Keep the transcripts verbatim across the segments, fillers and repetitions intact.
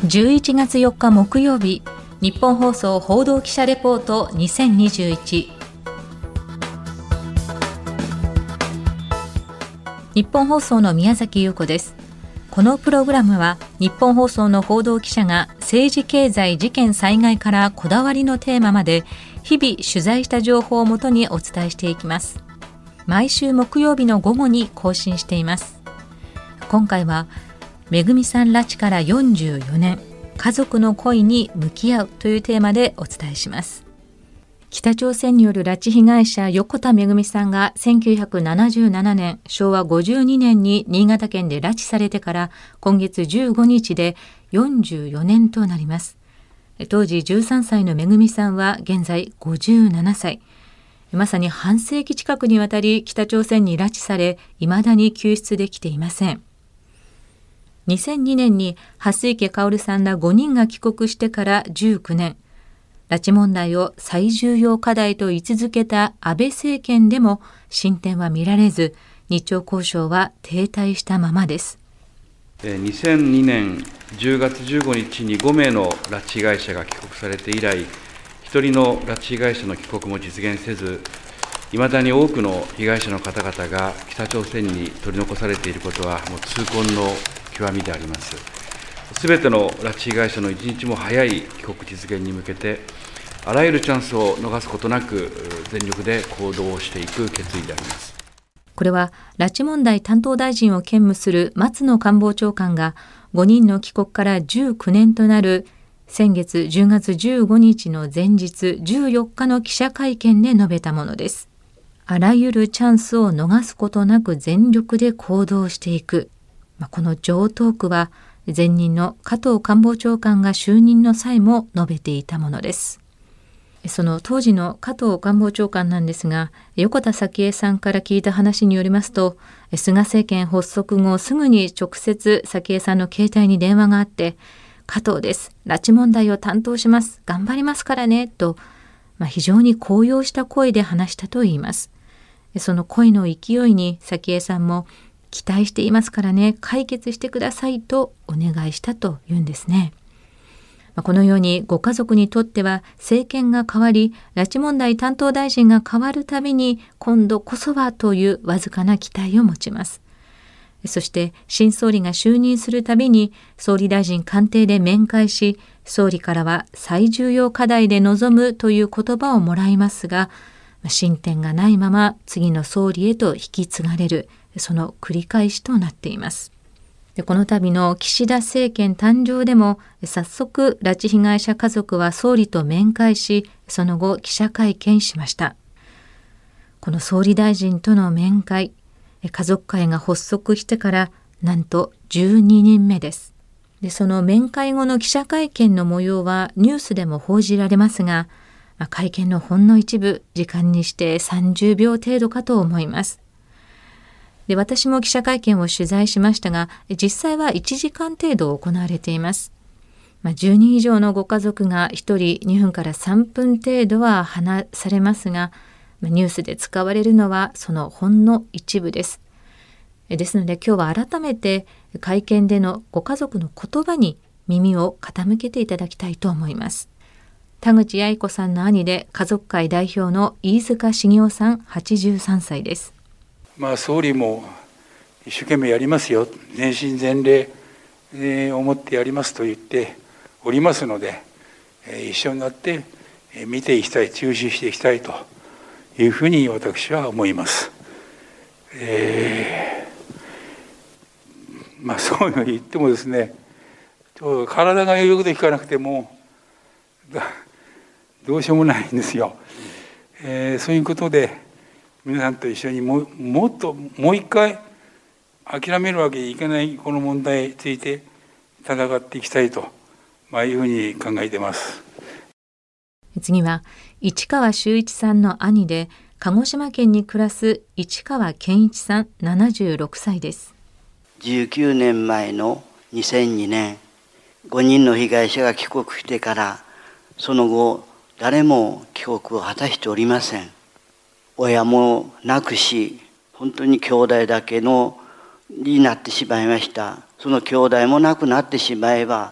じゅういちがつよっか木曜日、日本放送報道記者レポートにせんにじゅういち。日本放送の宮崎優子です。このプログラムは日本放送の報道記者が政治経済事件災害からこだわりのテーマまで日々取材した情報をもとにお伝えしていきます。毎週木曜日の午後に更新しています。今回はめぐみさん拉致からよんじゅうよねん、家族の恋に向き合うというテーマでお伝えします。北朝鮮による拉致被害者横田めぐみさんがせんきゅうひゃくななじゅうななねんしょうわごじゅうにねんに新潟県で拉致されてから今月じゅうごにちでよんじゅうよねんとなります。当時じゅうさんさいのめぐみさんは現在ごじゅうななさい。まさに半世紀近くにわたり北朝鮮に拉致され、未だに救出できていません。にせんにねんに蓮池薫さんらごにんが帰国してからじゅうきゅうねん、拉致問題を最重要課題と位置づけた安倍政権でも進展は見られず、日朝交渉は停滞したままです。 にせんにねんじゅうがつじゅうごにちにごめいの拉致被害者が帰国されて以来、ひとりの拉致被害者の帰国も実現せず、いまだに多くの被害者の方々が北朝鮮に取り残されていることはもう痛恨の極みであります。すべての拉致被害者の一日も早い帰国実現に向けて、あらゆるチャンスを逃すことなく全力で行動をしていく決意であります。 これは拉致問題担当大臣を兼務する松野官房長官がごにんの帰国からじゅうきゅうねんとなる先月じゅうがつじゅうごにちの前日じゅうよっかの記者会見で述べたものです。あらゆるチャンスを逃すことなく全力で行動していく。この常套句は前任の加藤官房長官が就任の際も述べていたものです。その当時の加藤官房長官なんですが、横田早紀江さんから聞いた話によりますと、菅政権発足後すぐに直接早紀江さんの携帯に電話があって、加藤です、拉致問題を担当します、頑張りますからねと、まあ、非常に高揚した声で話したといいます。その声の勢いに早紀江さんも、期待していますからね、解決してくださいとお願いしたというんですね。このようにご家族にとっては政権が変わり、拉致問題担当大臣が変わるたびに今度こそはというわずかな期待を持ちます。そして新総理が就任するたびに総理大臣官邸で面会し、総理からは最重要課題で臨むという言葉をもらいますが、進展がないまま次の総理へと引き継がれる、その繰り返しとなっています。でこの度の岸田政権誕生でも早速拉致被害者家族は総理と面会し、その後記者会見しました。この総理大臣との面会、家族会が発足してからなんとじゅうににんめです。でその面会後の記者会見の模様はニュースでも報じられますが、会見のほんの一部、時間にしてさんじゅうびょう程度かと思います。で私も記者会見を取材しましたが、実際はいちじかん程度行われています。まあ、じゅうにん以上のご家族がひとりにふんからさんぷん程度は話されますが、ニュースで使われるのはそのほんの一部です。ですので今日は改めて会見でのご家族の言葉に耳を傾けていただきたいと思います。田口八重子さんの兄で家族会代表の飯塚茂雄さんはちじゅうさんさいです。 まあ、総理も一生懸命やりますよ、全身全霊、えー、思ってやりますと言っておりますので、えー、一緒になって見ていきたい、注視していきたいというふうに私は思います。えー、まあそういうの言ってもですね、ちょっと体が言うこと聞かなくてもどうしようもないんですよ。えー、そういうことで皆さんと一緒にももっともう一回諦めるわけにいけないこの問題について戦っていきたいと、まあ、いうふうに考えています。 次は市川修一さんの兄で鹿児島県に暮らす市川健一さんななじゅうろくさいです。 じゅうきゅうねんまえのにせんにねん、ごにんの被害者が帰国してからその後誰も帰国を果たしておりません。親も亡くし、本当に兄弟だけのになってしまいました。その兄弟も亡くなってしまえば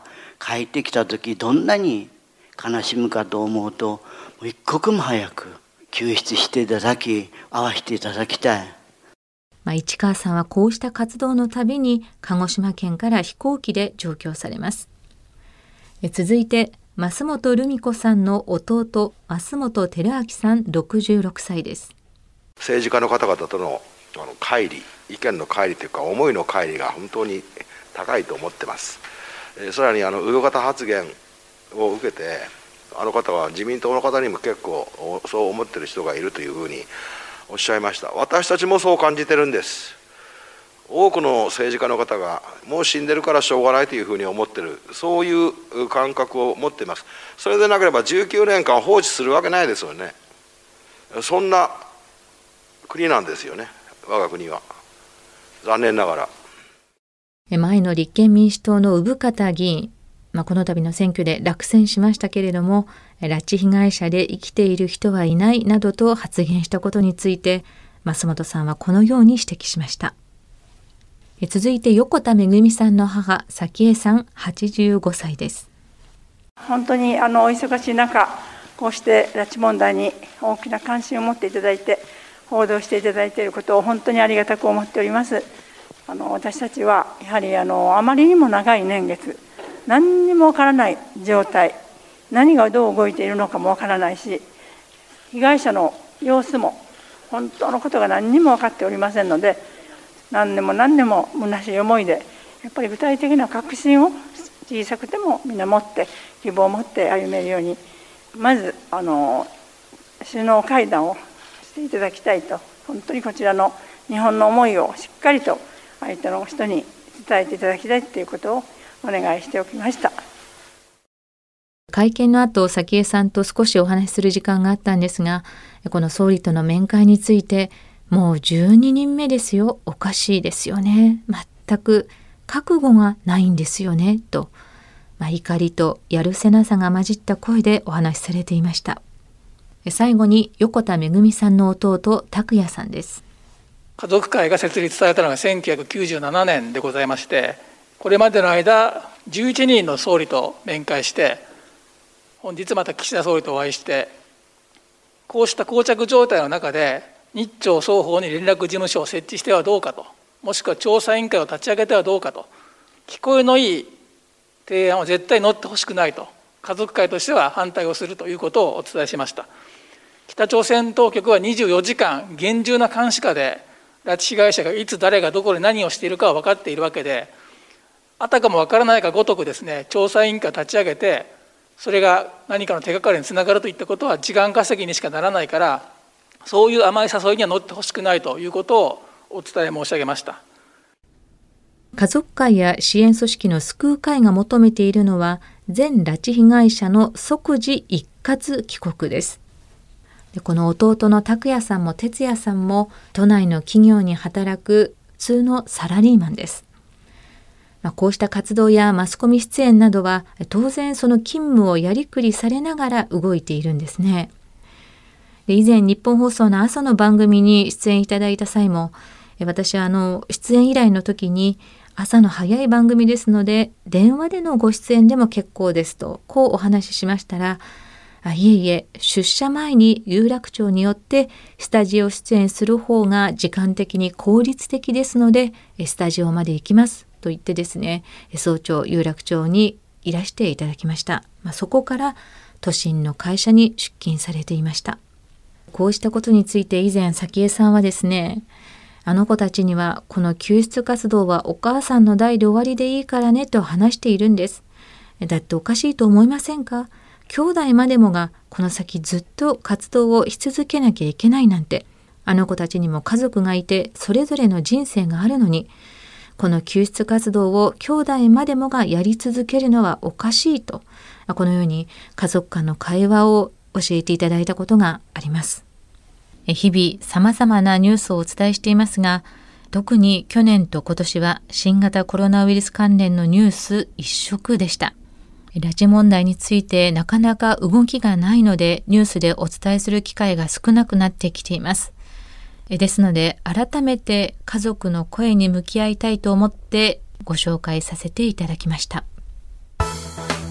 帰ってきた時どんなに悲しむかと思うと、もう一刻も早く救出していただき、会わせていただきたい。 まあ、市川さんはこうした活動のたびに鹿児島県から飛行機で上京されます。え続いて増本留美子さんの弟増本照明さんろくじゅうろくさいです。 政治家の方々とのあの乖離、意見の乖離というか思いの乖離が本当に高いと思ってます。えー、さらにあのうご型発言を受けて、あの方は自民党の方にも結構そう思ってる人がいるというふうにおっしゃいました。私たちもそう感じてるんです。多くの政治家の方がもう死んでるからしょうがないというふうに思ってる、そういう感覚を持っています。それでなければじゅうきゅうねんかん放置するわけないですよね。そんな国なんですよね、我が国は。残念ながら。 前の立憲民主党の生方議員、まあ、この度の選挙で落選しましたけれども、拉致被害者で生きている人はいないなどと発言したことについて、増本さんはこのように指摘しました。続いて横田めぐみさんの母、早紀江さんはちじゅうごさいです。 本当にあのお忙しい中、こうして拉致問題に大きな関心を持っていただいて、報道していただいていることを本当にありがたく思っております。あの私たちはやはりあのあまりにも長い年月、何にもわからない状態、何がどう動いているのかもわからないし、被害者の様子も本当のことが何にも分かっておりませんので、何年も何年も虚しい思いで、やっぱり具体的な確信を小さくてもみんな持って、希望を持って歩めるように、まずあの首脳会談をしていただきたいと、本当にこちらの日本の思いをしっかりと相手の人に伝えていただきたいということをお願いしておきました。 会見の後、早紀江さんと少しお話しする時間があったんですが、この総理との面会について、もうじゅうににんめですよ、おかしいですよね、全く覚悟がないんですよねと、まあ、怒りとやるせなさが混じった声でお話しされていました。最後に横田めぐみさんの弟、拓也さんです。 家族会が設立されたのがせんきゅうひゃくきゅうじゅうななねんでございまして、これまでの間じゅういちにんの総理と面会して、本日また岸田総理とお会いして、こうした膠着状態の中で日朝双方に連絡事務所を設置してはどうかと、もしくは調査委員会を立ち上げてはどうかと、聞こえのいい提案は絶対乗ってほしくないと、家族会としては反対をするということをお伝えしました。北朝鮮当局はにじゅうよじかん厳重な監視下で、拉致被害者がいつ誰がどこで何をしているかは分かっているわけで、あたかも分からないかごとくですね、調査委員会を立ち上げて、それが何かの手がかりにつながるといったことは時間稼ぎにしかならないから、そういう甘い誘いには乗ってほしくないということをお伝え申し上げました。 家族会や支援組織の救う会が求めているのは、全拉致被害者の即時一括帰国です。でこの弟の拓也さんも哲也さんも都内の企業に働く普通のサラリーマンです。まあ、こうした活動やマスコミ出演などは当然その勤務をやりくりされながら動いているんですね。で以前日本放送の朝の番組に出演いただいた際も、私はあの出演依頼の時に朝の早い番組ですので電話でのご出演でも結構ですとこうお話ししましたら、あいえいえ出社前に有楽町によってスタジオ出演する方が時間的に効率的ですのでスタジオまで行きますと言ってですね、早朝有楽町にいらしていただきました。まあ、そこから都心の会社に出勤されていました。こうしたことについて以前早紀江さんはですね、あの子たちにはこの救出活動はお母さんの代で終わりでいいからねと話しているんです。だっておかしいと思いませんか？兄弟までもがこの先ずっと活動をし続けなきゃいけないなんて、あの子たちにも家族がいてそれぞれの人生があるのに、この救出活動を兄弟までもがやり続けるのはおかしいと、このように家族間の会話を教えていただいたことがあります。日々様々なニュースをお伝えしていますが、特に去年と今年は新型コロナウイルス関連のニュース一色でした。拉致問題についてなかなか動きがないのでニュースでお伝えする機会が少なくなってきています。ですので改めて家族の声に向き合いたいと思ってご紹介させていただきました。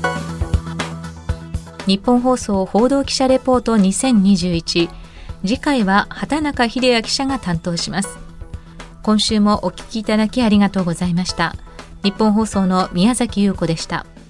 日本放送報道記者レポートにせんにじゅういち、次回は畑中秀也記者が担当します。今週もお聞きいただきありがとうございました。日本放送の宮崎優子でした。